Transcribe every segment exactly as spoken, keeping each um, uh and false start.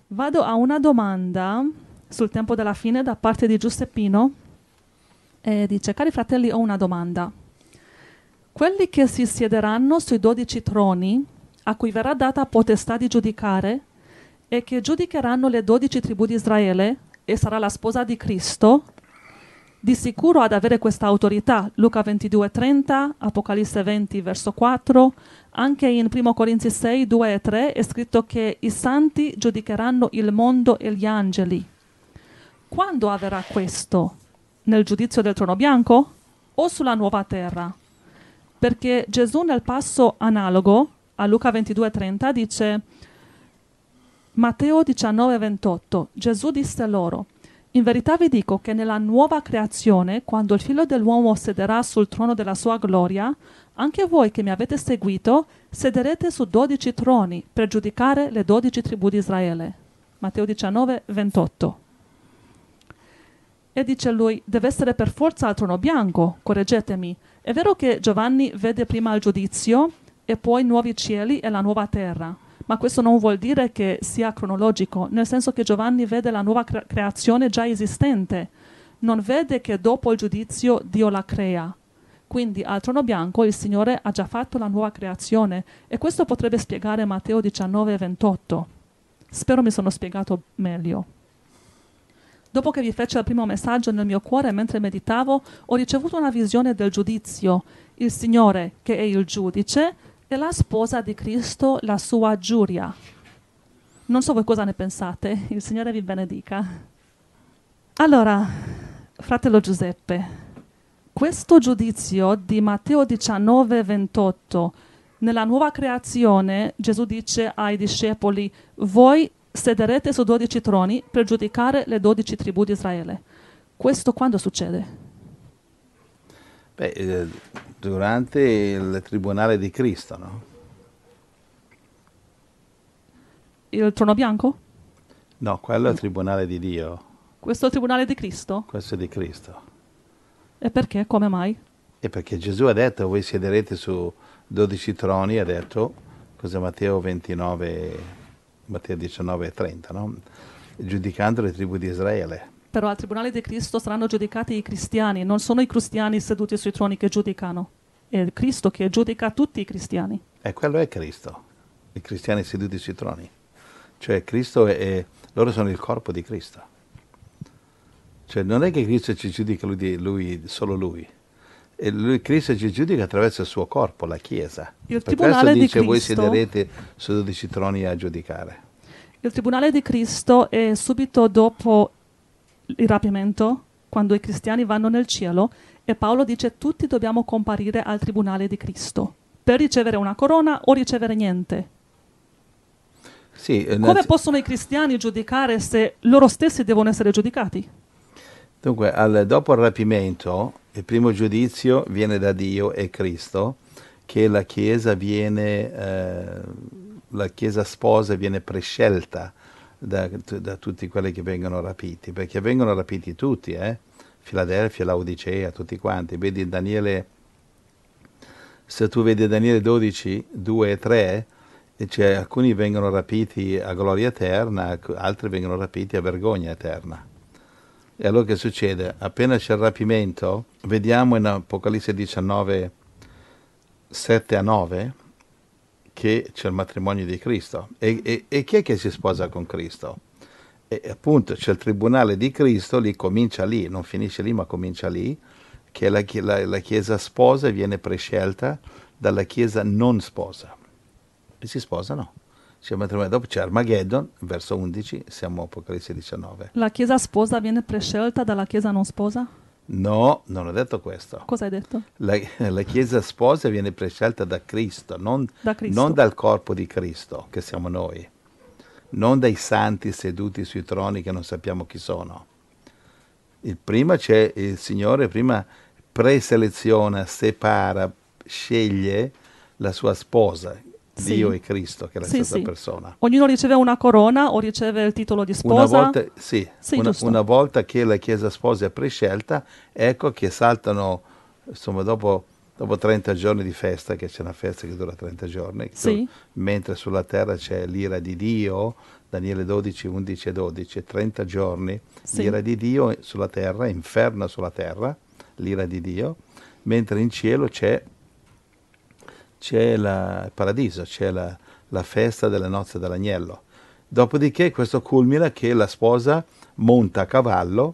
Vado a una domanda sul tempo della fine da parte di Giuseppino. E dice: cari fratelli, ho una domanda. Quelli che si siederanno sui dodici troni, a cui verrà data potestà di giudicare, e che giudicheranno le dodici tribù di Israele, e sarà la sposa di Cristo, di sicuro ad avere questa autorità. Luca ventidue trenta, Apocalisse venti verso quattro, anche in primo Corinzi sei due e tre è scritto che i santi giudicheranno il mondo e gli angeli. Quando avverrà questo? Nel giudizio del trono bianco o sulla nuova terra? Perché Gesù nel passo analogo a Luca ventidue trenta dice, Matteo diciannove ventotto, Gesù disse loro: in verità vi dico che nella nuova creazione, quando il Figlio dell'uomo sederà sul trono della sua gloria, anche voi che mi avete seguito sederete su dodici troni per giudicare le dodici tribù di Israele. Matteo diciannove ventotto. E dice lui, deve essere per forza al trono bianco, correggetemi. È vero che Giovanni vede prima il giudizio e poi nuovi cieli e la nuova terra, ma questo non vuol dire che sia cronologico, nel senso che Giovanni vede la nuova cre- creazione già esistente, non vede che dopo il giudizio Dio la crea. Quindi al trono bianco il Signore ha già fatto la nuova creazione e questo potrebbe spiegare Matteo diciannove ventotto. Spero mi sono spiegato meglio. Dopo che vi fece il primo messaggio nel mio cuore mentre meditavo, ho ricevuto una visione del giudizio. Il Signore, che è il giudice, e la sposa di Cristo, la sua giuria. Non so voi cosa ne pensate, il Signore vi benedica. Allora, fratello Giuseppe, questo giudizio di Matteo diciannove ventotto, nella nuova creazione Gesù dice ai discepoli, voi sederete su dodici troni per giudicare le dodici tribù di Israele. Questo quando succede? Beh, eh, durante il tribunale di Cristo, no? Il trono bianco? No, quello è il tribunale di Dio. Questo è il tribunale di Cristo? Questo è di Cristo. E perché? Come mai? E perché Gesù ha detto, voi siederete su dodici troni, ha detto, cos'è Matteo ventinove, Matteo diciannove e trenta, no? Giudicando le tribù di Israele. Però al tribunale di Cristo saranno giudicati i cristiani, non sono i cristiani seduti sui troni che giudicano, è Cristo che giudica tutti i cristiani. E quello è Cristo, i cristiani seduti sui troni. Cioè Cristo è, è loro sono il corpo di Cristo. Cioè non è che Cristo ci giudica lui, lui solo lui. E lui, Cristo ci giudica attraverso il suo corpo, la Chiesa. Il per tribunale questo di dice Cristo, voi siederete su dodici troni a giudicare. Il tribunale di Cristo è subito dopo il rapimento, quando i cristiani vanno nel cielo, e Paolo dice tutti dobbiamo comparire al tribunale di Cristo per ricevere una corona o ricevere niente. Sì, Come possono i cristiani giudicare se loro stessi devono essere giudicati? Dunque, al, dopo il rapimento, il primo giudizio viene da Dio e Cristo, che la Chiesa viene, eh, la Chiesa sposa viene prescelta da, da tutti quelli che vengono rapiti, perché vengono rapiti tutti, eh? Filadelfia, Laodicea, tutti quanti. Vedi Daniele, se tu vedi Daniele dodici, due e tre, cioè, alcuni vengono rapiti a gloria eterna, altri vengono rapiti a vergogna eterna. E allora che succede? Appena c'è il rapimento, vediamo in Apocalisse diciannove, sette a nove, che c'è il matrimonio di Cristo. E, e, e chi è che si sposa con Cristo? E appunto c'è il tribunale di Cristo, lì comincia lì, non finisce lì ma comincia lì, che la, la, la Chiesa sposa viene prescelta dalla Chiesa non sposa. E si sposano. C'è il matrimonio. Dopo c'è Armageddon, verso undici, siamo a Apocalisse diciannove. La Chiesa sposa viene prescelta dalla Chiesa non sposa? No, non ho detto questo. Cosa hai detto? La, la Chiesa sposa viene prescelta da Cristo, non, Da Cristo. non dal corpo di Cristo, che siamo noi, non dai santi seduti sui troni che non sappiamo chi sono. Il prima c'è il Signore, prima preseleziona, separa, sceglie la sua sposa, Sì. Dio e Cristo, che è la Sì, stessa sì. persona. Ognuno riceve una corona o riceve il titolo di sposa? Una volta, sì, Sì, una, giusto. una volta che la Chiesa sposa è prescelta, ecco che saltano, insomma, dopo, dopo trenta giorni di festa, che c'è una festa che dura trenta giorni, Sì. mentre sulla terra c'è l'ira di Dio, Daniele dodici, undici e dodici, trenta giorni, Sì. l'ira di Dio sulla terra, inferno sulla terra, l'ira di Dio, mentre in cielo c'è, c'è la, il paradiso, c'è la, la festa delle nozze dell'agnello. Dopodiché questo culmina che la sposa monta a cavallo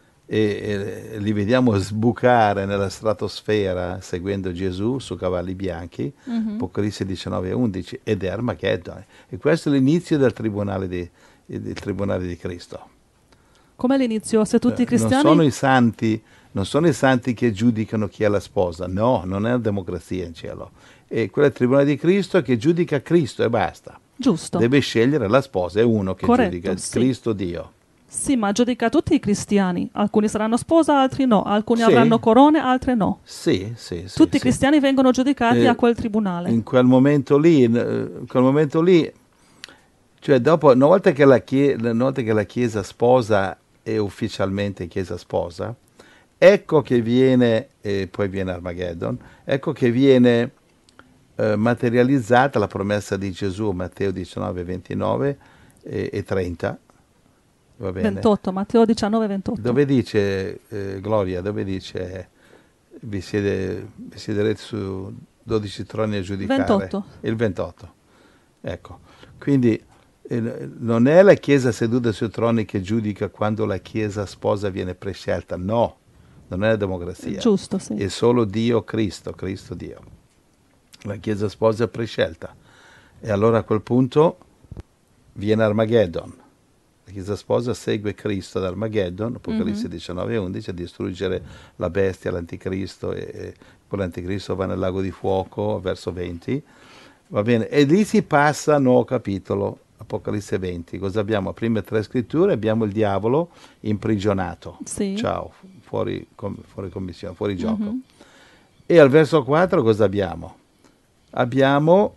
e, e li vediamo sbucare nella stratosfera seguendo Gesù su cavalli bianchi, Mhm. Apocalisse diciannove e undici, ed è Armageddon. E questo è l'inizio del tribunale di, del tribunale di Cristo. Come all'inizio, se tutti i Eh, Non cristiani... sono i santi, non sono i santi che giudicano chi è la sposa, no, non è una democrazia in cielo. E quello è il tribunale di Cristo che giudica Cristo e basta. Giusto. Deve scegliere la sposa, è uno che Corretto, giudica, sì. Cristo Dio. Sì, ma giudica tutti i cristiani. Alcuni saranno sposa, altri no. Alcuni Sì. avranno corone, altri no. Sì, sì, sì. Tutti i sì. cristiani vengono giudicati Eh, a quel tribunale. In quel momento lì, in in quel momento lì, cioè dopo, una volta che la, chie- una volta che la Chiesa sposa è ufficialmente Chiesa sposa, ecco che viene, e poi viene Armageddon, ecco che viene eh, materializzata la promessa di Gesù, Matteo diciannove, ventinove e, e trenta, va bene? ventotto, Matteo diciannove, ventotto. Dove dice, eh, Gloria, dove dice vi, siede, vi siederete su dodici troni a giudicare? ventotto. Il ventotto. Ecco, quindi eh, non è la Chiesa seduta sui troni che giudica quando la Chiesa sposa viene prescelta, no, non è la democrazia. Giusto, sì. È solo Dio, Cristo, Cristo Dio. La Chiesa sposa è prescelta. E allora a quel punto viene Armageddon. La Chiesa sposa segue Cristo ad Armageddon, Apocalisse Mhm. diciannove e undici, a distruggere la bestia, l'anticristo, e, e poi l'anticristo va nel lago di fuoco, verso venti. Va bene, e lì si passa al nuovo capitolo, Apocalisse venti. Cosa abbiamo? Prime tre scritture, abbiamo il diavolo imprigionato. Sì. Ciao, fuori, com- fuori commissione, fuori gioco. Mhm. E al verso quattro cosa abbiamo? Abbiamo,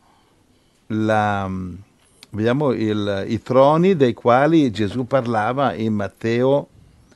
la, abbiamo il- i troni dei quali Gesù parlava in Matteo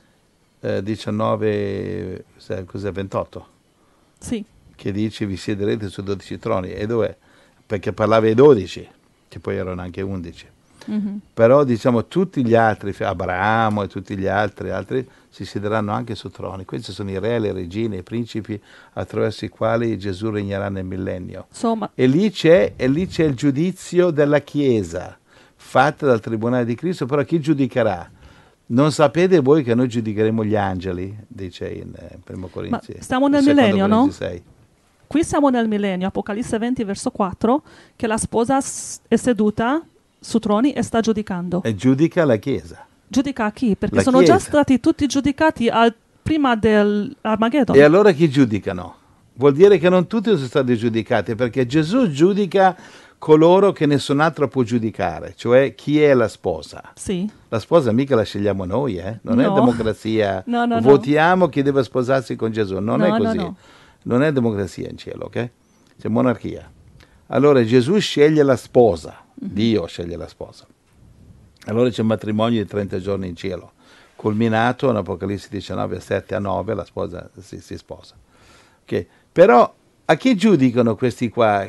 eh, diciannove, cos'è, cos'è, ventotto, Sì. che dice vi siederete su dodici troni. E dov'è? Perché parlava ai dodici, che poi erano anche undici. Mhm. Però diciamo tutti gli altri, Abramo e tutti gli altri, altri si siederanno anche su troni. Questi sono i re, le regine, i principi attraverso i quali Gesù regnerà nel millennio. Insomma, E lì c'è, e lì c'è il giudizio della Chiesa, fatta dal Tribunale di Cristo, però chi giudicherà? Non sapete voi che noi giudicheremo gli angeli, dice in eh, Primo Corinzi. stiamo nel secondo millennio, no? Corinzi sei. qui siamo nel millennio, Apocalisse venti, verso quattro, che la sposa s- è seduta su troni e sta giudicando. E giudica la Chiesa. Giudica a chi? Perché La sono già Chiesa. stati tutti giudicati al- prima dell'Armageddon. E allora chi giudicano? Vuol dire che non tutti sono stati giudicati, perché Gesù giudica coloro che nessun altro può giudicare, cioè chi è la sposa. Sì. La sposa mica la scegliamo noi, eh? Non No. è democrazia. No, no, no. Votiamo chi deve sposarsi con Gesù, non No, è no, così. no. Non è democrazia in cielo, ok? C'è monarchia. Allora Gesù sceglie la sposa, Dio sceglie la sposa. Allora c'è un matrimonio di trenta giorni in cielo, culminato in Apocalisse diciannove, sette a nove, la sposa si, si sposa. Ok? Però a chi giudicano questi qua?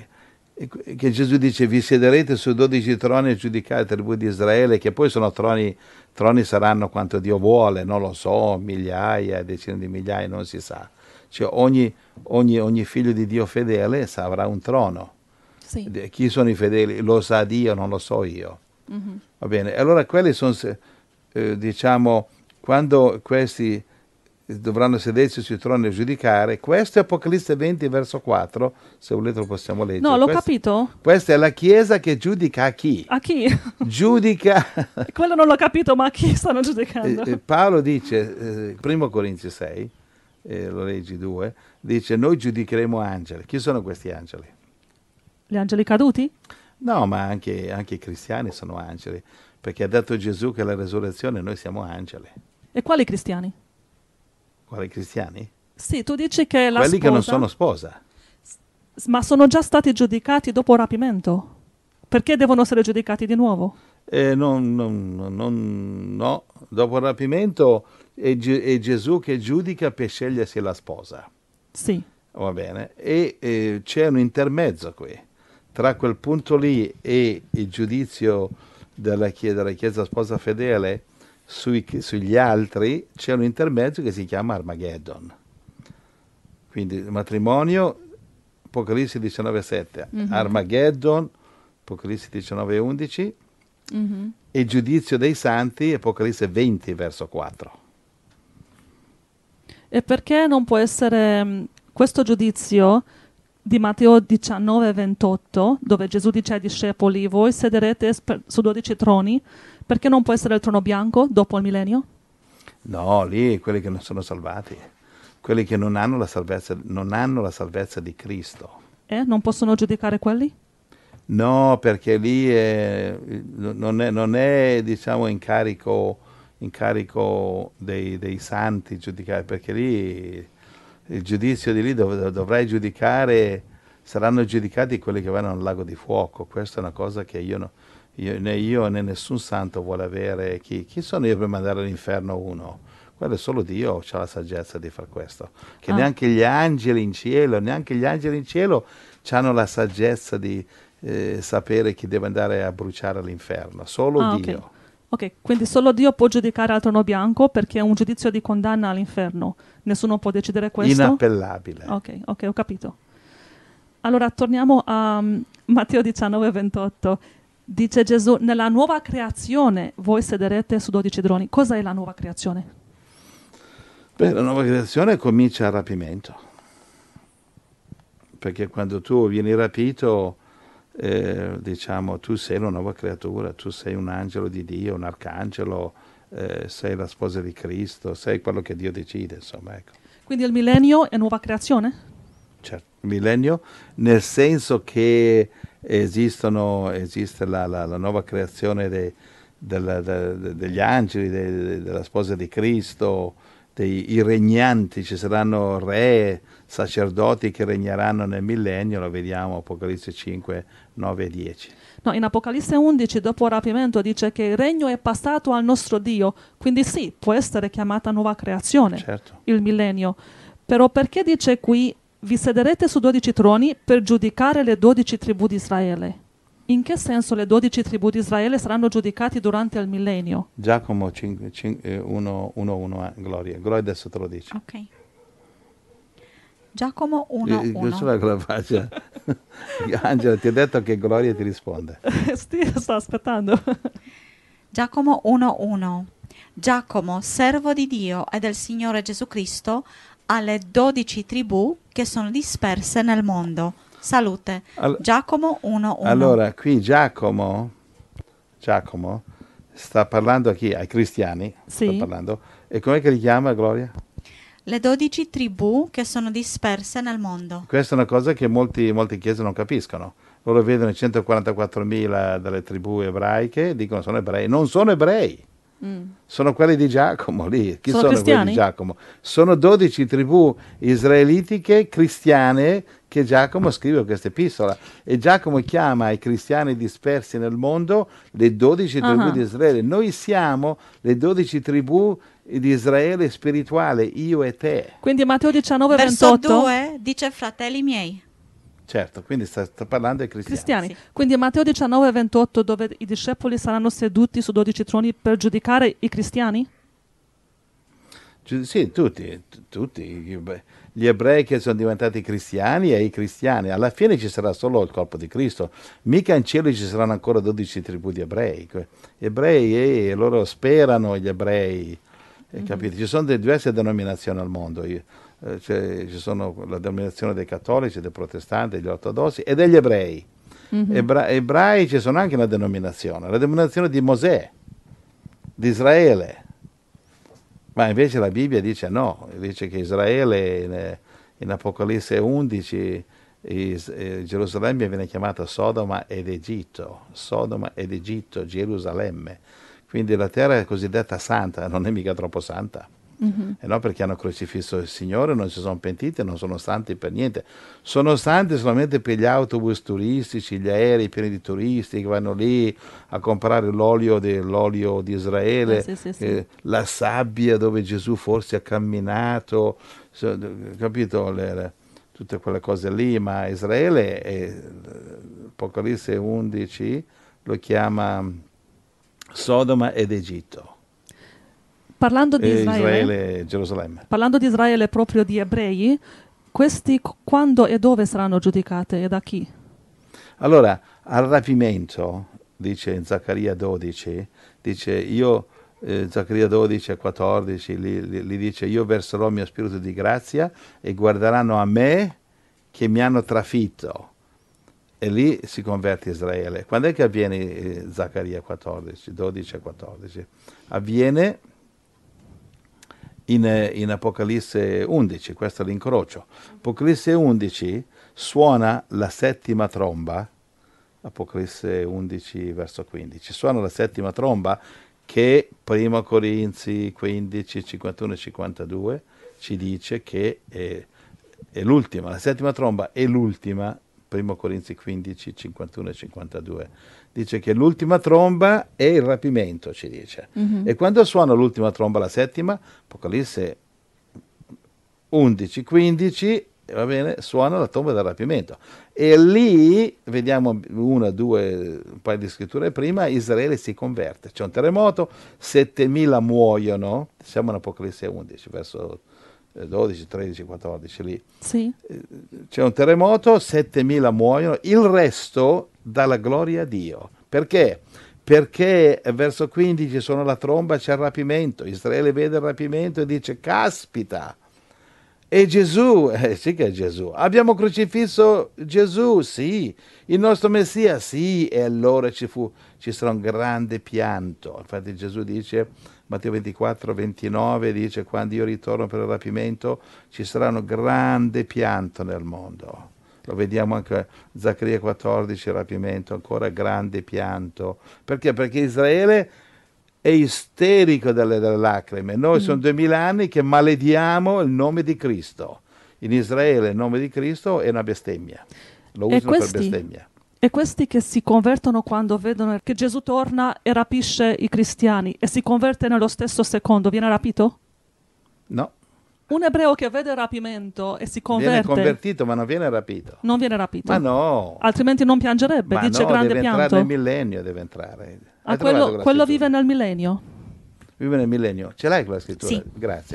Che Gesù dice vi siederete su dodici troni a giudicare le tribù di Israele, che poi sono troni, troni saranno quanto Dio vuole, non lo so, migliaia, decine di migliaia, non si sa. Cioè ogni, ogni, ogni figlio di Dio fedele avrà un trono. Sì. Chi sono i fedeli? Lo sa Dio, non lo so io. Mhm. Va bene, allora quelli sono, eh, diciamo, quando questi dovranno sedersi sui troni a giudicare, questo è Apocalisse venti, verso quattro, se volete lo possiamo leggere. No, l'ho Questo- capito. Questa è la Chiesa che giudica a chi? A chi? Giudica... Quello non l'ho capito, ma a chi stanno giudicando? Eh, eh, Paolo dice, eh, Primo Corinzi sei, eh, lo leggi due, dice noi giudicheremo angeli. Chi sono questi angeli? Gli angeli caduti? No, ma anche, anche i cristiani sono angeli, perché ha detto Gesù che alla resurrezione noi siamo angeli. E quali cristiani? Quali cristiani? Sì, tu dici che la Quelli sposa... che non sono sposa. Ma sono già stati giudicati dopo rapimento. Perché devono essere giudicati di nuovo? Eh, non, non- non- no, dopo il rapimento è, Ge- è Gesù che giudica per scegliersi la sposa. Sì. Va bene? E eh, c'è un intermezzo qui, tra quel punto lì e il giudizio della chiesa, della chiesa sposa fedele sui, sugli altri, c'è un intermezzo che si chiama Armageddon. Quindi il matrimonio, Apocalisse diciannove sette, mm-hmm. Armageddon, Apocalisse diciannove undici, mm-hmm. e il giudizio dei santi, Apocalisse venti verso quattro. E perché non può essere mh, questo giudizio di Matteo diciannove ventotto, dove Gesù dice ai discepoli, voi sederete su dodici troni, perché non può essere il trono bianco dopo il millennio? No, lì quelli che non sono salvati, quelli che non hanno la salvezza, non hanno la salvezza di Cristo. E non possono giudicare quelli? No, perché lì è, non è, non è diciamo, incarico, incarico dei, dei santi giudicare, perché lì il giudizio di lì dov- dovrai giudicare, saranno giudicati quelli che vanno al lago di fuoco. Questa è una cosa che io, no, io né io né nessun santo vuole avere. Chi, chi sono io per mandare all'inferno uno? Quello è solo Dio ha la saggezza di far questo. Che ah. neanche gli angeli in cielo, neanche gli angeli in cielo hanno la saggezza di eh, sapere chi deve andare a bruciare all'inferno. Solo ah, Dio. Okay. Ok, quindi solo Dio può giudicare al trono bianco perché è un giudizio di condanna all'inferno. Nessuno può decidere questo? Inappellabile. Ok, ok, ho capito. Allora, torniamo a um, Matteo diciannove ventotto. Dice Gesù, nella nuova creazione voi sederete su dodici troni. Cosa è la nuova creazione? Beh, la nuova creazione comincia al rapimento. Perché quando tu vieni rapito... Eh, diciamo tu sei una nuova creatura, tu sei un angelo di Dio, un arcangelo, eh, sei la sposa di Cristo, sei quello che Dio decide, insomma, ecco. Quindi il millennio è nuova creazione? Certo, millennio nel senso che esistono, esiste la, la, la nuova creazione de, della, de, de, degli angeli, de, de, della sposa di Cristo, dei i regnanti, ci saranno re, sacerdoti che regneranno nel millennio, lo vediamo Apocalisse cinque, nove e dieci. No, in Apocalisse undici, dopo il rapimento, dice che il regno è passato al nostro Dio, quindi sì, può essere chiamata nuova creazione, certo. Il millennio. Però perché dice qui, vi sederete su dodici troni per giudicare le dodici tribù di Israele? In che senso le dodici tribù di Israele saranno giudicati durante il millennio? Giacomo uno uno, Gloria. Gloria adesso te lo dice. Ok. Giacomo uno uno. Io sono con la faccia. Angela, ti ho detto che Gloria ti risponde. Sì, sto aspettando. Giacomo uno uno. Giacomo, servo di Dio e del Signore Gesù Cristo, alle dodici tribù che sono disperse nel mondo. Salute. All- Giacomo uno uno. Allora, qui Giacomo, Giacomo sta parlando a chi? Ai cristiani? Sì. Sta parlando. E com'è che li chiama, Gloria? Le dodici tribù che sono disperse nel mondo. Questa è una cosa che molti, molte chiese non capiscono. Loro vedono centoquarantaquattromila delle tribù ebraiche, dicono sono ebrei. Non sono ebrei. Mm. Sono quelli di Giacomo lì. Chi sono, sono quelli di Giacomo? Sono dodici tribù israelitiche cristiane che Giacomo scrive questa epistola. E Giacomo chiama i cristiani dispersi nel mondo le dodici uh-huh. tribù di Israele. Noi siamo le dodici tribù di Israele spirituale, io e te. Quindi Matteo diciannove verso ventotto due dice fratelli miei. Certo, quindi sta, sta parlando ai cristiani. cristiani. Sì. Quindi Matteo diciannove ventotto, dove i discepoli saranno seduti su dodici troni per giudicare i cristiani? Sì, tutti, tutti. Gli ebrei che sono diventati cristiani e i cristiani. Alla fine ci sarà solo il corpo di Cristo. Mica in cielo ci saranno ancora dodici tribù di ebrei. Gli ebrei, eh, loro sperano gli ebrei. Mm-hmm. Capite? Ci sono diverse denominazioni al mondo. Io, Cioè, ci sono la denominazione dei cattolici, dei protestanti, degli ortodossi e degli ebrei. Mm-hmm. Ebra- ebrei ci sono anche una denominazione, la denominazione di Mosè, di Israele. Ma invece la Bibbia dice no, dice che Israele in, in Apocalisse undici, is, eh, Gerusalemme viene chiamata Sodoma ed Egitto, Sodoma ed Egitto, Gerusalemme. Quindi la terra è cosiddetta santa, non è mica troppo santa. Mm-hmm. E no, perché hanno crocifisso il Signore, non si sono pentiti, non sono santi per niente. Sono santi solamente per gli autobus turistici, gli aerei pieni di turisti che vanno lì a comprare l'olio, de, l'olio di Israele, eh, sì, sì, sì. Eh, la sabbia dove Gesù forse ha camminato, so, capito? Le, le, tutte quelle cose lì, ma Israele, è, Apocalisse undici lo chiama Sodoma ed Egitto. Parlando di E Israele, Israele e Gerusalemme. parlando di Israele proprio di ebrei, questi c- quando e dove saranno giudicate e da chi? Allora, al rapimento, dice in Zaccaria dodici, dice io, eh, Zaccaria dodici e quattordici, li, li- li dice io verserò il mio spirito di grazia e guarderanno a me che mi hanno trafitto. E lì si converte Israele. Quando è che avviene eh, Zaccaria quattordici, dodici e quattordici? Avviene in, eh, in Apocalisse undici, questo è l'incrocio. Apocalisse undici suona la settima tromba, Apocalisse undici verso quindici, suona la settima tromba che primo Corinzi quindici, cinquantuno e cinquantadue ci dice che è, è l'ultima, la settima tromba è l'ultima, primo Corinzi quindici, cinquantuno e cinquantadue, dice che l'ultima tromba è il rapimento, ci dice. Mhm. E quando suona l'ultima tromba, la settima, Apocalisse undici, quindici, va bene, suona la tromba del rapimento. E lì, vediamo una, due, un paio di scritture prima, Israele si converte. C'è un terremoto, settemila muoiono, siamo in Apocalisse undici, verso dodici, tredici, quattordici lì. Sì. C'è un terremoto, settemila muoiono, il resto dà la gloria a Dio. Perché? Perché verso quindici suona la tromba, c'è il rapimento, Israele vede il rapimento e dice caspita, e Gesù, eh sì che è Gesù, abbiamo crocifisso Gesù, sì, il nostro Messia, sì, e allora ci, fu, ci sarà un grande pianto. Infatti Gesù dice, Matteo ventiquattro, ventinove, dice quando io ritorno per il rapimento ci sarà un grande pianto nel mondo. Lo vediamo anche a Zaccaria quattordici, il rapimento, ancora grande pianto. Perché? Perché Israele è isterico dalle, dalle lacrime. Noi Mm. sono duemila anni che malediamo il nome di Cristo. In Israele il nome di Cristo è una bestemmia. Lo E usano per questi? bestemmia. E questi che si convertono quando vedono che Gesù torna e rapisce i cristiani e si converte nello stesso secondo, viene rapito? No, Un ebreo che vede il rapimento e si viene converte convertito ma non viene rapito. non viene rapito. Ma no. Altrimenti non piangerebbe, Ma dice no, grande deve pianto. entrare nel millennio, deve entrare. Ah, Hai trovato quello, quella quello scrittura? vive nel millenio. Vive nel millennio. Ce l'hai quella scrittura? Sì. Grazie.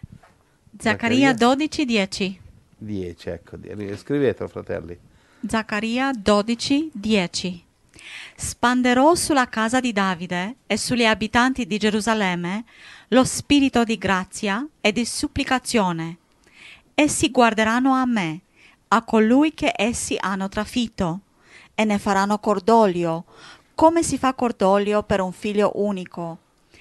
Zaccaria dodici, dieci. dieci, ecco. Scrivetelo, fratelli. Zaccaria dodici, dieci. Spanderò sulla casa di Davide e sugli abitanti di Gerusalemme lo spirito di grazia e di supplicazione. Essi guarderanno a me, a colui che essi hanno trafitto, e ne faranno cordoglio, come si fa cordoglio per un figlio unico,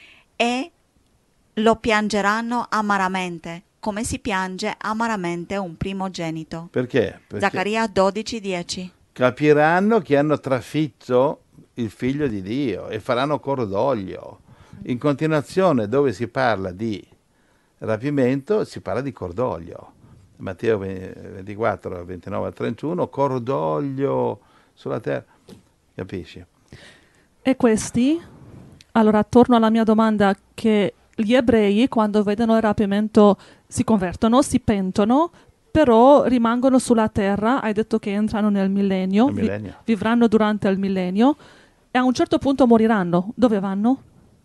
e lo piangeranno amaramente, come si piange amaramente un primogenito. Perché? Perché Zaccaria dodici, dieci. capiranno che hanno trafitto il figlio di Dio e faranno cordoglio. In continuazione, dove si parla di rapimento, si parla di cordoglio. Matteo ventiquattro, ventinove a trentuno, cordoglio sulla terra. Capisci? E questi, allora torno alla mia domanda, che gli ebrei quando vedono il rapimento si convertono, si pentono, però rimangono sulla terra, hai detto che entrano nel millennio, Nel vi- millennio. vivranno durante il millennio e a un certo punto moriranno. Dove vanno?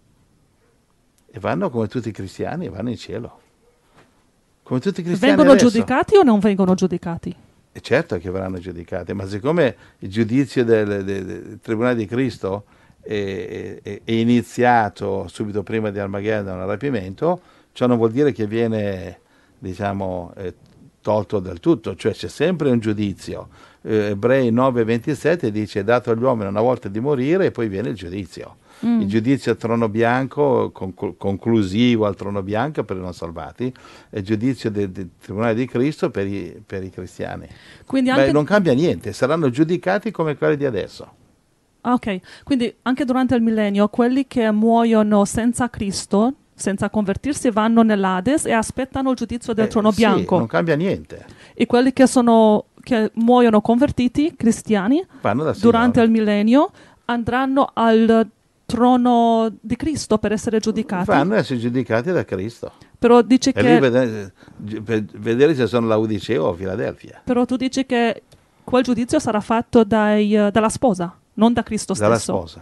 E vanno come tutti i cristiani, vanno in cielo. Come tutti i cristiani Vengono adesso. giudicati o non vengono giudicati? E certo che verranno giudicati, ma siccome il giudizio del, del- del Tribunale di Cristo è, è- è iniziato subito prima di Armageddon, il rapimento, ciò non vuol dire che viene, diciamo, eh, tolto del tutto, cioè c'è sempre un giudizio. Eh, Ebrei nove ventisette dice: è dato agli uomini una volta di morire e poi viene il giudizio. Mm. Il giudizio al trono bianco, conclu- conclusivo al trono bianco per i non salvati, e il giudizio del, del Tribunale di Cristo per i, per i cristiani. Quindi Beh, anche, non cambia niente, saranno giudicati come quelli di adesso. ah, ok. Quindi anche durante il millennio quelli che muoiono senza Cristo, senza convertirsi, vanno nell'Ades e aspettano il giudizio del Eh, trono sì, bianco. non cambia niente. E quelli che, sono, che muoiono convertiti, cristiani, Vanno da durante Signore. il millennio andranno al trono di Cristo per essere giudicati. Vanno a essere giudicati da Cristo. Però dice E lì che vede- per vedere se sono Laodicea o Filadelfia. però tu dici che quel giudizio sarà fatto dai, eh, dalla sposa, non da Cristo Dalla stesso. sposa.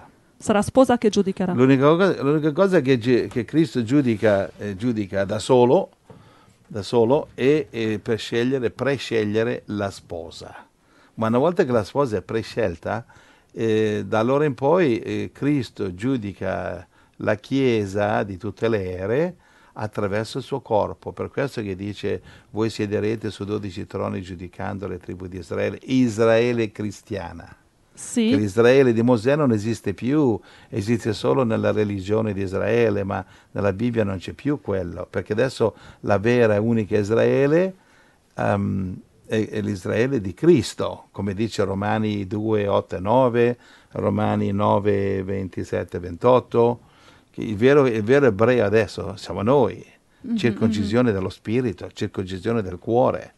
Sarà sposa che giudicherà. L'unica cosa, l'unica cosa che, gi- che Cristo giudica, eh, giudica da solo, da solo è, è per scegliere, prescegliere la sposa. Ma una volta che la sposa è prescelta, eh, da allora in poi eh, Cristo giudica la Chiesa di tutte le ere attraverso il suo corpo. Per questo che dice: voi siederete su dodici troni giudicando le tribù di Israele, Israele cristiana. Che Sì, l'Israele di Mosè non esiste più, esiste solo nella religione di Israele, ma nella Bibbia non c'è più quello, perché adesso la vera e unica Israele um, è, è l'Israele di Cristo, come dice Romani due, otto e nove, Romani nove, ventisette e ventotto, che il vero, il vero ebreo adesso siamo noi, mhm, circoncisione mhm. dello spirito, circoncisione del cuore.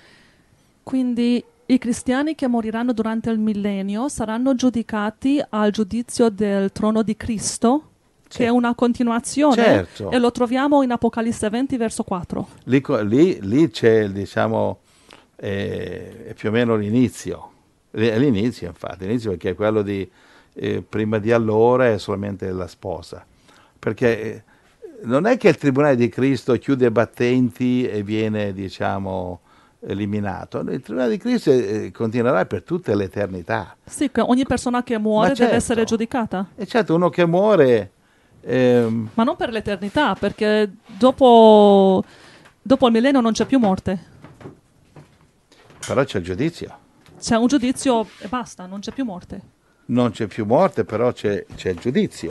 Quindi i cristiani che moriranno durante il millennio saranno giudicati al giudizio del trono di Cristo, Sì. che è una continuazione, Certo. e lo troviamo in Apocalisse venti, verso quattro. Lì, co- lì- lì c'è, diciamo, eh, è più o meno l'inizio. Lì- È l'inizio, infatti, l'inizio perché è quello di, eh, prima di allora è solamente la sposa. Perché eh, non è che il Tribunale di Cristo chiude i battenti e viene, diciamo, eliminato. Il Tribunale di Cristo eh, continuerà per tutta l'eternità. Sì, che ogni persona che muore Ma deve certo. essere giudicata. E certo, uno che muore... ehm, Ma non per l'eternità, perché dopo, dopo il millennio non c'è più morte. però c'è il giudizio. C'è un giudizio e basta, non c'è più morte. Non c'è più morte, però c'è, c'è il giudizio.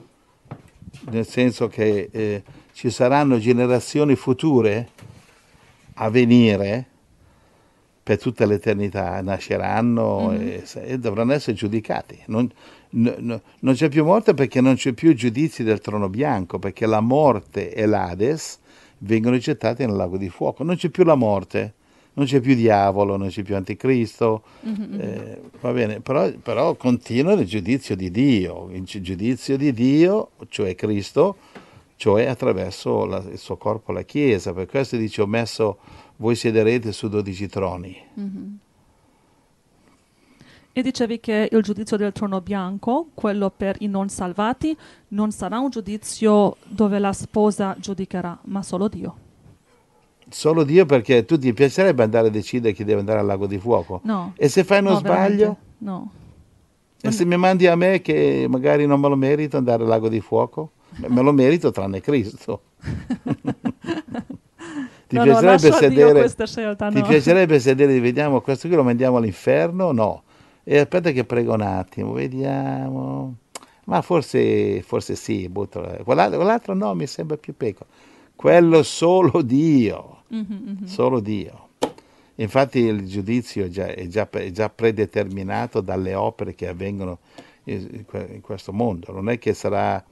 Nel senso che eh, ci saranno generazioni future a venire per tutta l'eternità, nasceranno Mhm. e, e dovranno essere giudicati. Non, no- no- non c'è più morte perché non c'è più giudizi del trono bianco, perché la morte e l'Ades vengono gettati nel lago di fuoco. Non c'è più la morte, non c'è più diavolo, non c'è più anticristo, Mhm, mhm. eh, va bene, però, però continua il giudizio di Dio, il gi- giudizio di Dio, cioè Cristo, cioè attraverso la- il suo corpo, la Chiesa. Per questo dice: ho messo, voi siederete su dodici troni. Mhm. E dicevi che il giudizio del trono bianco, quello per i non salvati, non sarà un giudizio dove la sposa giudicherà, ma solo Dio. Solo Dio, perché tu ti piacerebbe andare a decidere chi deve andare al lago di fuoco? No. E se fai uno No, sbaglio? veramente, no. E se mi mandi a me che magari non me lo merito andare al lago di fuoco? Me me lo merito tranne Cristo. Ti No, no, piacerebbe lascia a Dio sedere, questa scelta, ti no. piacerebbe sedere, vediamo, questo qui lo mandiamo all'inferno? No. E aspetta che prego un attimo, vediamo. Ma forse, forse sì, butto. Quell'altro, quell'altro no, mi sembra più pecco. Quello solo Dio, Mhm, mhm. solo Dio. Infatti il giudizio è già, è già, è già predeterminato dalle opere che avvengono in que- in questo mondo. Non è che sarà,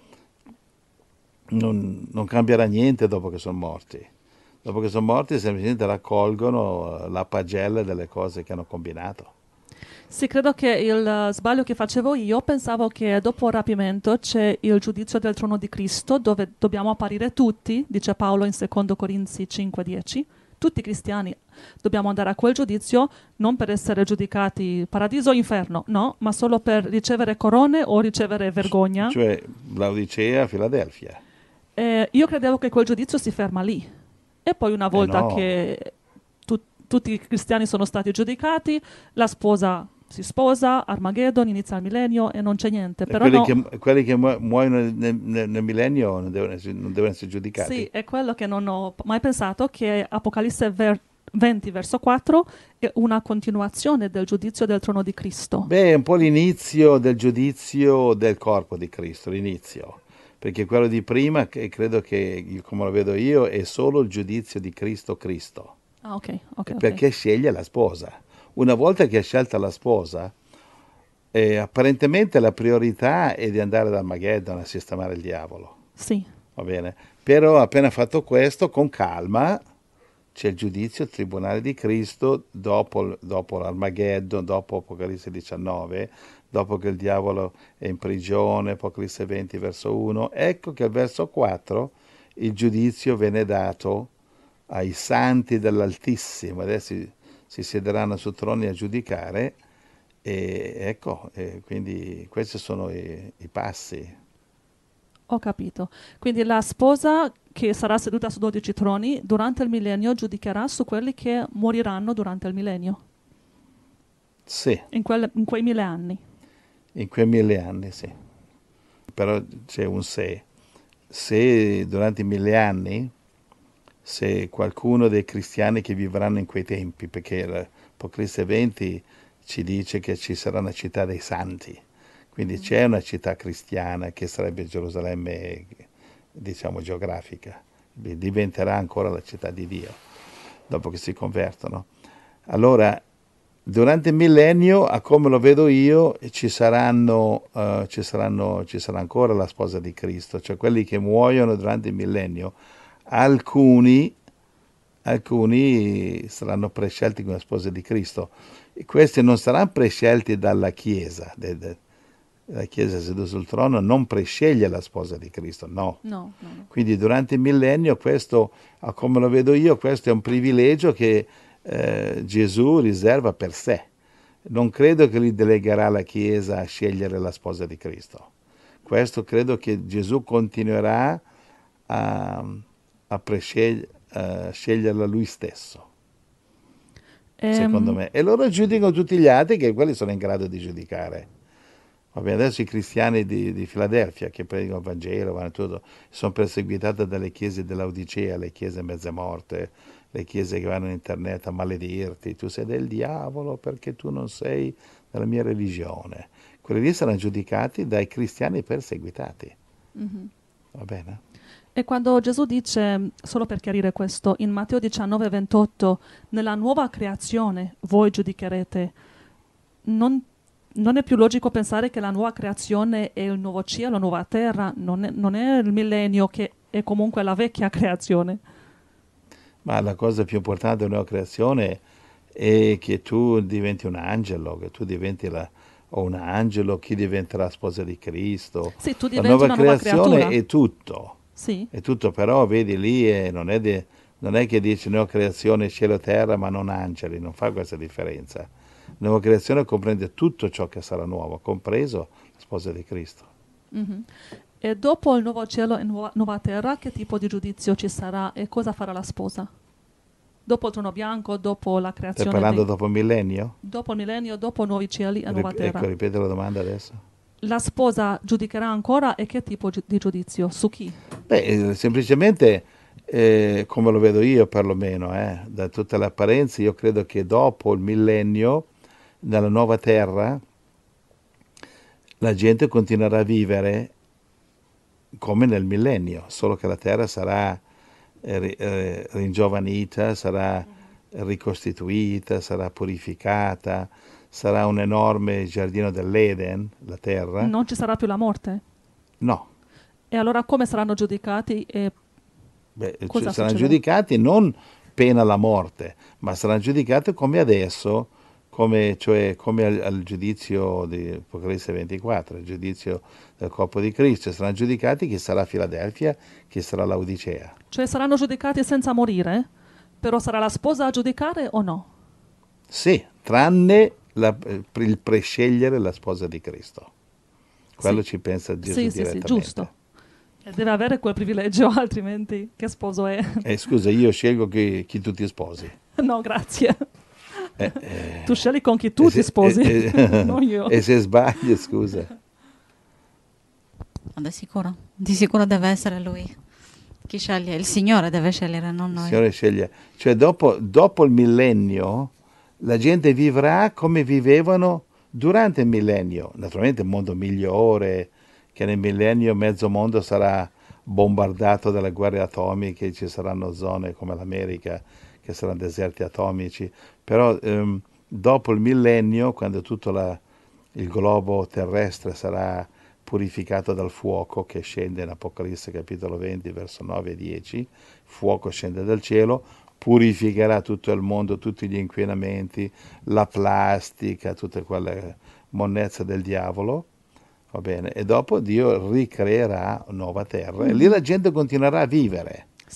non, non cambierà niente dopo che sono morti. Dopo che sono morti semplicemente raccolgono la pagella delle cose che hanno combinato. Sì, credo che il eh, sbaglio che facevo io, pensavo che dopo il rapimento c'è il giudizio del trono di Cristo, dove dobbiamo apparire tutti, dice Paolo in secondo Corinzi cinque dieci. Tutti i cristiani dobbiamo andare a quel giudizio non per essere giudicati paradiso o inferno, no, ma solo per ricevere corone o ricevere vergogna. Cioè Laodicea, Filadelfia. E io credevo che quel giudizio si ferma lì. E poi una volta no. che tu- tutti i cristiani sono stati giudicati, la sposa si sposa, Armageddon, inizia il millennio e non c'è niente. E Però quelli, no, che, quelli che mu- muoiono nel, nel- nel millennio non devono, essere, non devono essere giudicati. sì, è quello che non ho mai pensato, che Apocalisse ver- venti verso quattro è una continuazione del giudizio del trono di Cristo. Beh, è un po' l'inizio del giudizio del corpo di Cristo, l'inizio. Perché quello di prima, che credo che, come lo vedo io, è solo il giudizio di Cristo Cristo. Ah, ok, ok, ok. Perché sceglie la sposa. Una volta che ha scelta la sposa, eh, apparentemente la priorità è di andare ad Armageddon a sistemare il diavolo. Sì, Va bene? Però appena fatto questo, con calma, c'è il giudizio, il tribunale di Cristo, dopo, dopo l'Armageddon, dopo Apocalisse diciannove, dopo che il diavolo è in prigione, Apocalisse venti verso uno. Ecco che al verso quattro il giudizio viene dato ai santi dell'Altissimo. Adesso si siederanno su troni a giudicare E ecco, e quindi questi sono i, i passi. Ho capito. Quindi la sposa che sarà seduta su dodici troni durante il millennio giudicherà su quelli che moriranno durante il millennio, Sì, in, quelle- in quei mille anni. in quei mille anni, sì. Però c'è un se. Se durante i mille anni, se qualcuno dei cristiani che vivranno in quei tempi, perché l'Apocalisse venti ci dice che ci sarà una città dei santi, quindi c'è una città cristiana che sarebbe Gerusalemme, diciamo, geografica, diventerà ancora la città di Dio, dopo che si convertono. Allora, durante il millennio, a come lo vedo io, ci saranno, eh, ci saranno, ci sarà ancora la sposa di Cristo, cioè quelli che muoiono durante il millennio, alcuni, alcuni saranno prescelti come sposa di Cristo. E questi non saranno prescelti dalla Chiesa, de- de- la Chiesa seduta sul trono non presceglie la sposa di Cristo, no. No, no, no. Quindi durante il millennio questo, a come lo vedo io, questo è un privilegio che eh, Gesù riserva per sé. Non credo che gli delegherà la Chiesa a scegliere la sposa di Cristo. Questo credo che Gesù continuerà a, a, prescegli- a sceglierla lui stesso, secondo Ehm, me. E loro giudicano tutti gli altri che quelli sono in grado di giudicare. Va bene, adesso i cristiani di, di Filadelfia che predicano il Vangelo, vanno tutto, sono perseguitati dalle chiese dell'Odicea, le chiese mezze morte, le chiese che vanno in internet a maledirti, tu sei del diavolo perché tu non sei della mia religione. Quelli lì saranno giudicati dai cristiani perseguitati. mhm. Va bene? E quando Gesù dice, solo per chiarire questo, in Matteo diciannove ventotto, nella nuova creazione voi giudicherete, non, non è più logico pensare che la nuova creazione è il nuovo cielo, la nuova terra, non è, non è il millennio che è comunque la vecchia creazione. Ma la cosa più importante della nuova creazione è che tu diventi un angelo, che tu diventi la, o un angelo, chi diventerà sposa di Cristo. Sì, tu La diventi nuova una nuova creazione creatura. è tutto. Sì, È tutto, però vedi lì eh, non, è de- non è che dici nuova creazione cielo e terra ma non angeli, non fa questa differenza. Nuova creazione comprende tutto ciò che sarà nuovo, compreso la sposa di Cristo. mhm. E dopo il nuovo cielo e nuova, nuova terra, che tipo di giudizio ci sarà e cosa farà la sposa? Dopo il trono bianco, dopo la Stai creazione, parlando dei, dopo il millennio? dopo il millennio, dopo nuovi cieli e nuova Rip- terra. ecco, ripete la domanda adesso. La sposa giudicherà ancora e che tipo gi- di giudizio? Su chi? Beh, eh, semplicemente eh, come lo vedo io perlomeno, eh, da tutte le apparenze, io credo che dopo il millennio, nella nuova terra, la gente continuerà a vivere come nel millennio, solo che la terra sarà eh, ri- eh, ringiovanita, sarà ricostituita, sarà purificata, sarà un enorme giardino dell'Eden, la terra. Non ci sarà più la morte? No, E allora come saranno giudicati e beh, ci cosa saranno succederà? giudicati non pena la morte, ma saranno giudicati come adesso, come, cioè come al, al giudizio di Apocalisse ventiquattro, il giudizio del corpo di Cristo, saranno giudicati chi sarà Filadelfia, chi sarà Laodicea. Cioè saranno giudicati senza morire? Però sarà la sposa a giudicare o no? Sì, tranne la- eh, il prescegliere la sposa di Cristo. Quello Sì. ci pensa Gesù Sì, sì, sì, direttamente. giusto. E deve avere quel privilegio, altrimenti che sposo è? Eh, scusa, io scelgo chi, chi tu ti sposi. No, grazie. Eh, eh, Tu scegli con chi tu e ti se, sposi, e- e- non io. e se sbagli, scusa. No, di sicuro, di sicuro deve essere lui. Chi sceglie? Il Signore deve scegliere, non Il noi. Signore sceglie. Cioè, dopo, dopo il millennio, la gente vivrà come vivevano durante il millennio. Naturalmente un mondo migliore, che nel millennio mezzo mondo sarà bombardato dalle guerre atomiche, ci saranno zone come l'America che saranno deserti atomici. Però ehm, dopo il millennio, quando tutto la- il globo terrestre sarà purificato dal fuoco che scende in Apocalisse capitolo venti, verso nove e dieci, fuoco scende dal cielo, purificherà tutto il mondo, tutti gli inquinamenti, la plastica, tutte quelle monnezze del diavolo, va bene, e dopo Dio ricreerà nuova terra e lì Mhm. la gente continuerà a vivere Sì.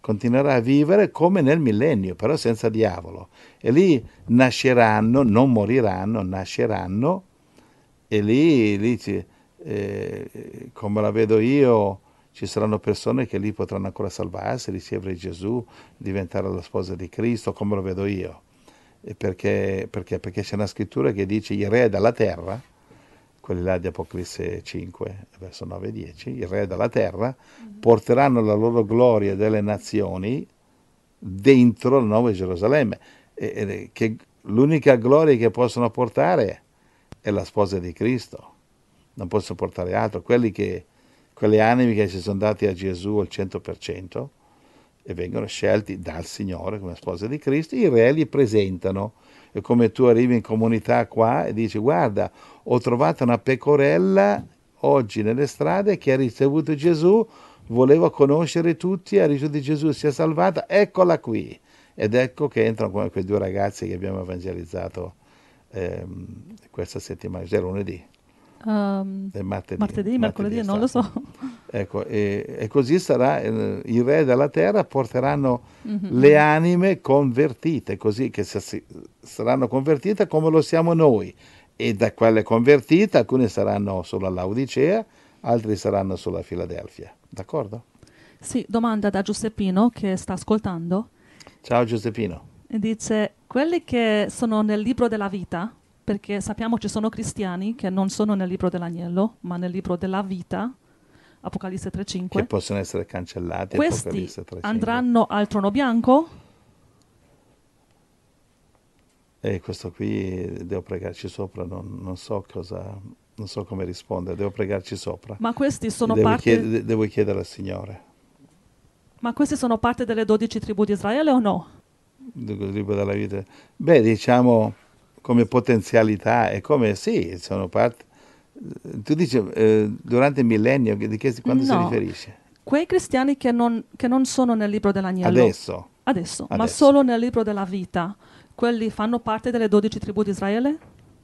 continuerà a vivere come nel millennio, però senza diavolo. E lì nasceranno, non moriranno, nasceranno, e lì, lì ci- eh, come la vedo io, ci saranno persone che lì potranno ancora salvarsi, ricevere Gesù, diventare la sposa di Cristo, come lo vedo io. E perché, perché? Perché c'è una scrittura che dice i re della terra, quelli là di Apocalisse cinque, verso nove e dieci, i re della terra porteranno la loro gloria delle nazioni dentro la nuova Gerusalemme. E, e che l'unica gloria che possono portare è la sposa di Cristo, non possono portare altro. Quelli che, quelle anime che si sono dati a Gesù al cento per cento e vengono scelti dal Signore come sposa di Cristo, i re li presentano. È come tu arrivi in comunità qua e dici: guarda, ho trovato una pecorella oggi nelle strade che ha ricevuto Gesù, voleva conoscere tutti, ha ricevuto Gesù, si è salvata, eccola qui. Ed ecco che entrano come quei due ragazzi che abbiamo evangelizzato ehm, questa settimana, cioè lunedì, Ehm, e martedì, martedì, mercoledì, è non lo stato. so. Ecco, e, e così sarà, eh, i re della terra porteranno Mhm, le mhm. anime convertite, così che si- si- saranno convertite come lo siamo noi. E da quelle convertite alcune saranno sulla Laodicea, altri saranno sulla Filadelfia. D'accordo? Sì, domanda da Giuseppino che sta ascoltando. Ciao Giuseppino. E dice, quelli che sono nel libro della vita, perché sappiamo ci sono cristiani che non sono nel libro dell'agnello, ma nel libro della vita, Apocalisse tre Che cinque, possono essere cancellati. questi Apocalisse tre cinque. andranno al trono bianco? E questo qui devo pregarci sopra, non, non so cosa, non so come rispondere, devo pregarci sopra. Ma questi sono Devo, parte, chied- devo chiedere al Signore. ma questi sono parte delle dodici tribù di Israele o no? Il libro della vita. Beh, diciamo come potenzialità e come sì, sono parte. Tu dici eh, durante il millennio, di che, quando si No. riferisce? Quei cristiani che non, che non sono nel libro dell'agnello. Adesso. Adesso, ma Adesso. solo nel libro della vita. Quelli fanno parte delle dodici tribù di Israele?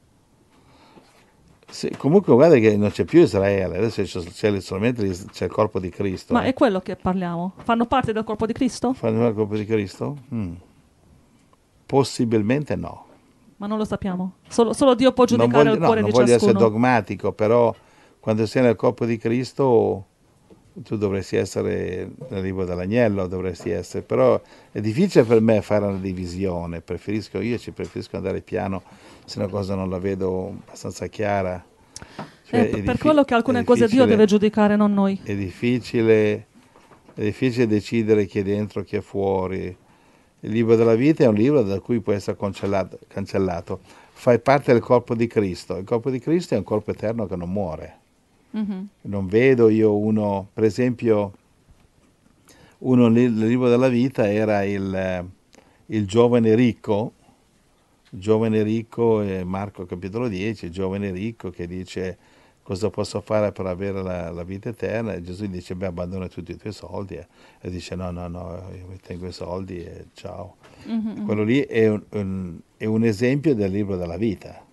Sì, comunque guarda che non c'è più Israele, adesso c'è, c'è solamente il- c'è il corpo di Cristo. Ma eh. è quello che parliamo. Fanno parte del corpo di Cristo? Fanno il corpo di Cristo? Mm. Possibilmente no. Ma non lo sappiamo. Solo, solo Dio può Non giudicare voglio, il no, cuore non di voglio essere ciascuno. dogmatico, però quando sei nel corpo di Cristo tu dovresti essere nel libro dell'agnello, dovresti essere, però è difficile per me fare una divisione, preferisco io, ci preferisco andare piano se una cosa non la vedo abbastanza chiara. Cioè, Eh, è per diffi- quello che alcune è cose Dio difficile- deve giudicare, non noi. È difficile, è difficile decidere chi è dentro, chi è fuori. Il libro della vita è un libro da cui può essere cancellato, cancellato. Fai parte del corpo di Cristo. Il corpo di Cristo è un corpo eterno che non muore. Mhm. Non vedo io uno, per esempio, uno nel libro della vita era il, eh, il giovane ricco, giovane ricco, eh, Marco capitolo dieci, il giovane ricco che dice cosa posso fare per avere la, la vita eterna, e Gesù gli dice beh abbandona tutti i tuoi soldi, e, e dice no no no, io mi tengo i soldi e ciao. Mhm, Quello lì è un, un- è un esempio del libro della vita.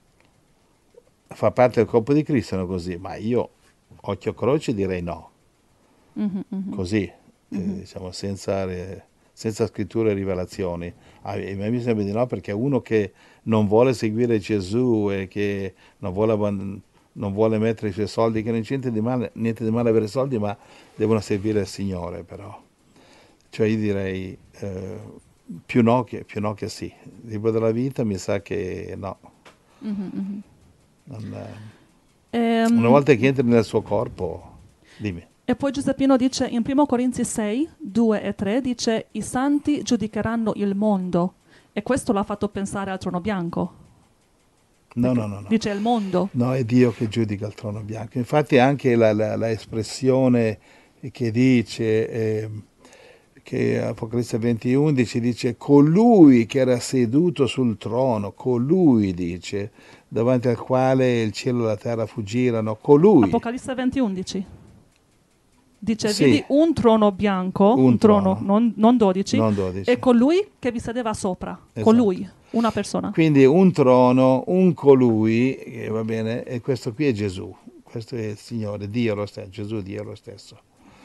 Fa parte del corpo di Cristo, non così, ma io, occhio croce, direi no, mhm, mhm. così, eh, diciamo, senza, re- senza scritture e rivelazioni. A a me mi sembra di no, perché uno che non vuole seguire Gesù e che non vuole, abband- non vuole mettere i suoi soldi, che non c'è niente di male, niente di male avere soldi, ma devono servire il Signore però. Cioè io direi eh, più no che, più no che sì. Il libro della vita mi sa che no. Mhm, mhm. Non, eh, Ehm, una volta che entri nel suo corpo, dimmi. E poi Giuseppino dice in primo Corinzi sei, due e tre, dice i santi giudicheranno il mondo. E questo l'ha fatto pensare al trono bianco. No, no, no, no. Dice il mondo. No, è Dio che giudica il trono bianco. Infatti anche la, la- la espressione che dice, eh, che Apocalisse venti undici dice colui che era seduto sul trono, colui dice, davanti al quale il cielo e la terra fuggirono, colui. Apocalisse venti undici. Dice, Sì. vedi un trono bianco, un, Un trono, trono. Non, non dodici, Non dodici. e colui che vi sedeva sopra. Esatto. Colui, una persona. Quindi un trono, un colui, eh, va bene, e questo qui è Gesù, questo è il Signore, Dio lo stesso, Gesù Dio lo stesso.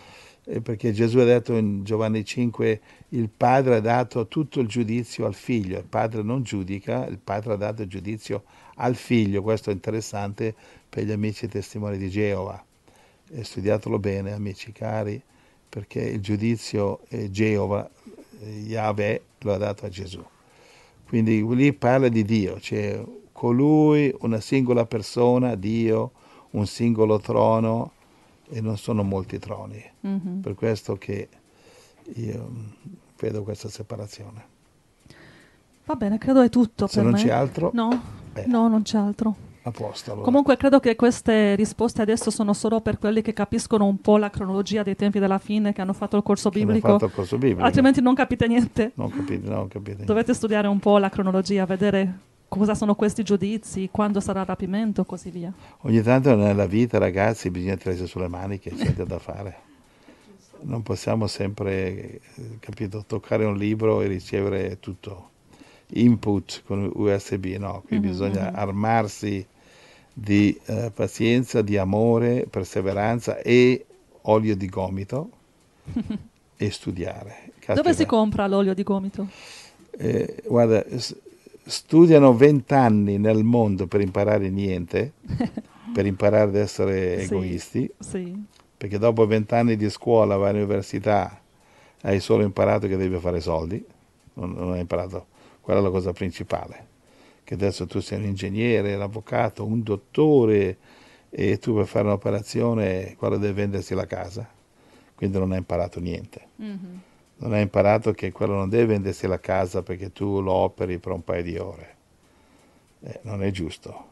eh, perché Gesù ha detto in Giovanni cinque, il padre ha dato tutto il giudizio al figlio, il padre non giudica, il padre ha dato il giudizio al figlio, questo è interessante per gli amici testimoni di Geova. E studiatelo bene, amici cari, perché il giudizio eh, Geova, eh, Yahweh, lo ha dato a Gesù. Quindi lì parla di Dio, c'è colui, una singola persona, Dio, un singolo trono, e non sono molti troni. Mhm. Per questo che io mm, vedo questa separazione. Va bene, credo è tutto Se per non me. c'è altro, No, beh, no, non c'è altro. a posto allora. Comunque credo che queste risposte adesso sono solo per quelli che capiscono un po' la cronologia dei tempi della fine, che hanno fatto il corso Che hanno biblico, fatto il corso biblico. altrimenti non capite niente. Non capite, no, capite. Dovete studiare un po' la cronologia, vedere cosa sono questi giudizi, quando sarà il rapimento e così via. Ogni tanto nella vita, ragazzi, bisogna tirarsi sulle maniche, c'è niente da fare. Non possiamo sempre, eh, capito, toccare un libro e ricevere tutto. Input con U S B, no, qui Mhm, bisogna mhm. armarsi di eh, pazienza, di amore, perseveranza e olio di gomito e studiare. Dove si Caspita, compra l'olio di gomito? eh, guarda, s- studiano vent'anni nel mondo per imparare niente, per imparare ad essere Sì, egoisti, sì. perché dopo vent'anni di scuola vai all'università, hai solo imparato che devi fare soldi, non, non hai imparato, quella è la cosa principale, che adesso tu sei un ingegnere, un avvocato, un dottore e tu per fare un'operazione, quello deve vendersi la casa, quindi non hai imparato niente. Mhm. Non hai imparato che quello non deve vendersi la casa perché tu lo operi per un paio di ore. Eh, non è giusto.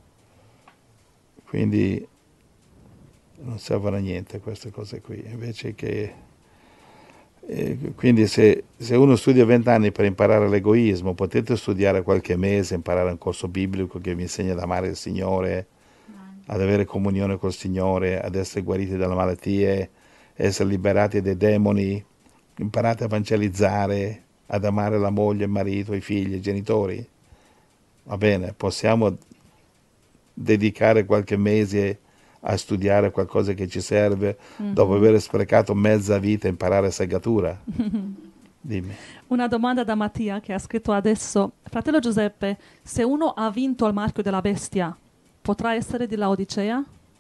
Quindi non servono a niente queste cose qui. Invece che... eh, quindi se, se uno studia vent'anni per imparare l'egoismo, potete studiare qualche mese, imparare un corso biblico che vi insegna ad amare il Signore, ad avere comunione col Signore, ad essere guariti dalle malattie, essere liberati dai demoni. Imparate a evangelizzare, ad amare la moglie, il marito, i figli, i genitori. Va bene, possiamo dedicare qualche mese a studiare qualcosa che ci serve dopo Mhm. aver sprecato mezza vita a imparare segatura? Dimmi. Una domanda da Mattia che ha scritto adesso. Fratello Giuseppe, se uno ha vinto il marchio della bestia, potrà essere di Laodicea?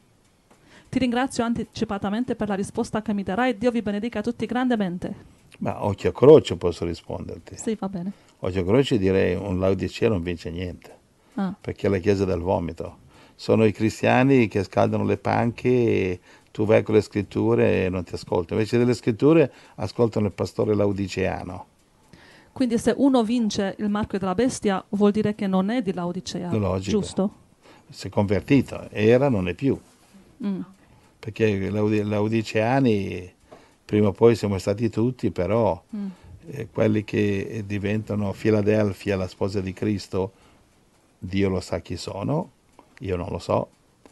Ti ringrazio anticipatamente per la risposta che mi darai. Dio vi benedica tutti grandemente. Ma occhio a croce posso risponderti. Sì, va bene. Occhio a croce direi un Laodicea non vince niente, Ah, perché è la chiesa del vomito. Sono i cristiani che scaldano le panche e tu vai con le scritture e non ti ascoltano. Invece delle scritture ascoltano il pastore laodiceano. quindi se uno vince il marchio della bestia, vuol dire che non è di Laodicea, Logico. giusto? Si è convertito, era, non è più. Mm. Perché i laudi- laodiceani prima o poi siamo stati tutti, però Mm. eh, quelli che diventano Filadelfia, la sposa di Cristo, Dio lo sa chi sono, io non lo so,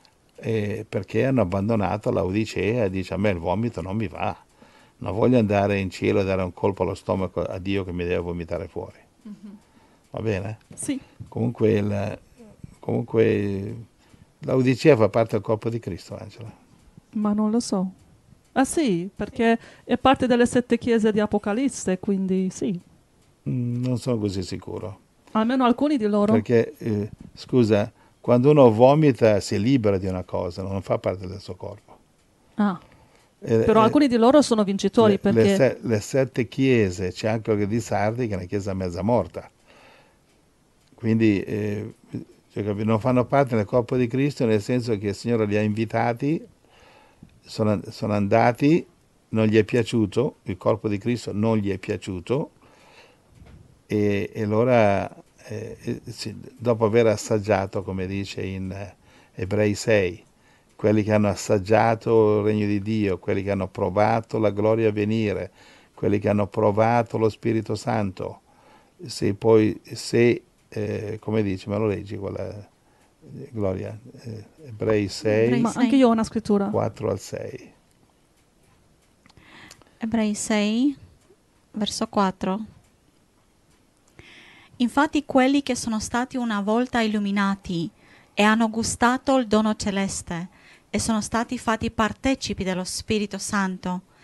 eh, perché hanno abbandonato Laodicea e dice a me il vomito non mi va, non voglio andare in cielo e dare un colpo allo stomaco a Dio che mi deve vomitare fuori. Mhm. Va bene? Sì, Comunque, il, comunque Laodicea fa parte del corpo di Cristo, Angela. ma non lo so. Ah sì, perché è parte delle sette chiese di Apocalisse, quindi sì. Mm, non sono così sicuro. Almeno alcuni di loro. Perché, eh, scusa, quando uno vomita si libera di una cosa, non fa parte del suo corpo. Ah, Eh, però eh, alcuni di loro sono vincitori le, perché... le se- le sette chiese, c'è anche quella di Sardi che è una chiesa mezza morta. Quindi eh, cioè, capi- non fanno parte del corpo di Cristo, nel senso che il Signore li ha invitati, sono, sono andati, non gli è piaciuto, il corpo di Cristo non gli è piaciuto, e, e allora, eh, eh, sì, dopo aver assaggiato, come dice in eh, Ebrei sei, quelli che hanno assaggiato il regno di Dio, quelli che hanno provato la gloria a venire, quelli che hanno provato lo Spirito Santo, se poi, se, eh, come dice, me lo leggi quella, eh, Gloria, eh, Ebrei sei, Ebrei Ma sei. anche io ho una scrittura. quattro al sei. Ebrei sei, verso quattro. Infatti quelli che sono stati una volta illuminati e hanno gustato il dono celeste e sono stati fatti partecipi dello Spirito Santo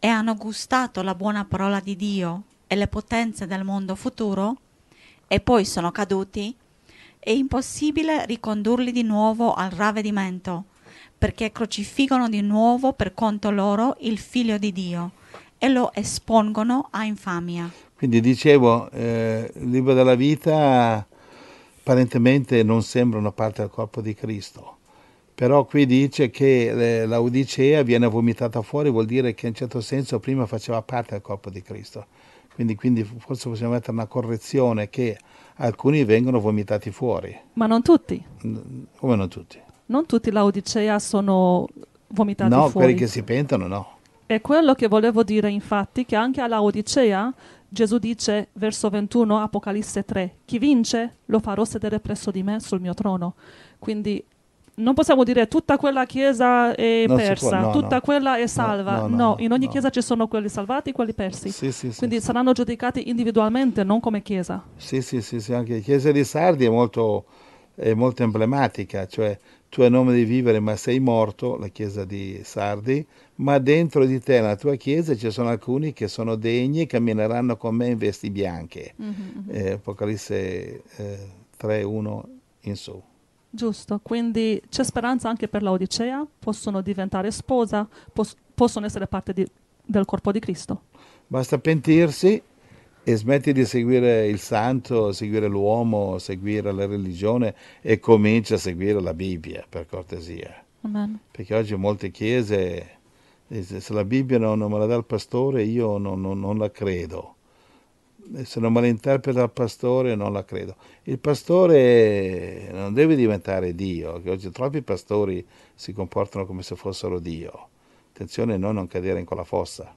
e hanno gustato la buona parola di Dio e le potenze del mondo futuro e poi sono caduti, è impossibile ricondurli di nuovo al ravvedimento, perché crocifiggono di nuovo per conto loro il Figlio di Dio e lo espongono a infamia. Quindi dicevo, eh, il libro della vita apparentemente non sembra una parte del corpo di Cristo. Però qui dice che eh, la Odicea viene vomitata fuori, vuol dire che in un certo senso prima faceva parte del corpo di Cristo. Quindi, quindi forse possiamo mettere una correzione che alcuni vengono vomitati fuori. Ma non tutti. Come non tutti? Non tutti la Odicea sono vomitati no, fuori. quelli che si pentono no. È quello che volevo dire, infatti, che anche alla Odicea Gesù dice, verso ventuno, Apocalisse tre, chi vince lo farò sedere presso di me sul mio trono. Quindi non possiamo dire tutta quella chiesa è non persa, può, no, tutta no. quella è salva. No, No, no, no, in ogni no. chiesa ci sono quelli salvati e quelli persi. Sì, sì, sì, Quindi sì. saranno giudicati individualmente, non come chiesa. Sì, sì, sì, sì, anche la chiesa di Sardi è molto, è molto emblematica, cioè tu hai nome di vivere ma sei morto, la chiesa di Sardi, ma dentro di te, nella tua chiesa, ci sono alcuni che sono degni e cammineranno con me in vesti bianche. Mm-hmm. Eh, Apocalisse eh, tre, uno in su. Giusto, quindi c'è speranza anche per la Odicea, possono diventare sposa, pos- possono essere parte di- del corpo di Cristo. Basta pentirsi e smetti di seguire il santo, seguire l'uomo, seguire la religione e comincia a seguire la Bibbia, per cortesia. Amen. Perché oggi molte chiese, se la Bibbia non, non me la dà il pastore, io non, non, non la credo. Se non me la interpreta il pastore, non la credo. Il pastore non deve diventare Dio, che oggi troppi pastori si comportano come se fossero Dio. Attenzione a noi non cadere in quella fossa.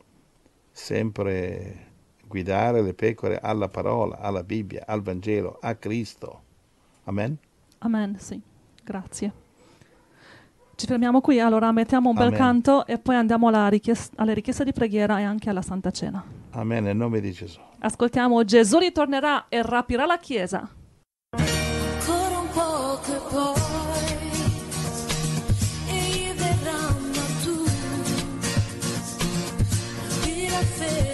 Sempre guidare le pecore alla parola, alla Bibbia, al Vangelo, a Cristo. Amen? Amen, sì. Grazie. Ci fermiamo qui, allora mettiamo un bel Amen. canto e poi andiamo alla richies- alle richieste di preghiera e anche alla Santa Cena. Amen, nel nome di Gesù. Ascoltiamo Gesù ritornerà e rapirà la Chiesa. Ancora un poco e poi egli verrà, ma tu rapirà fede.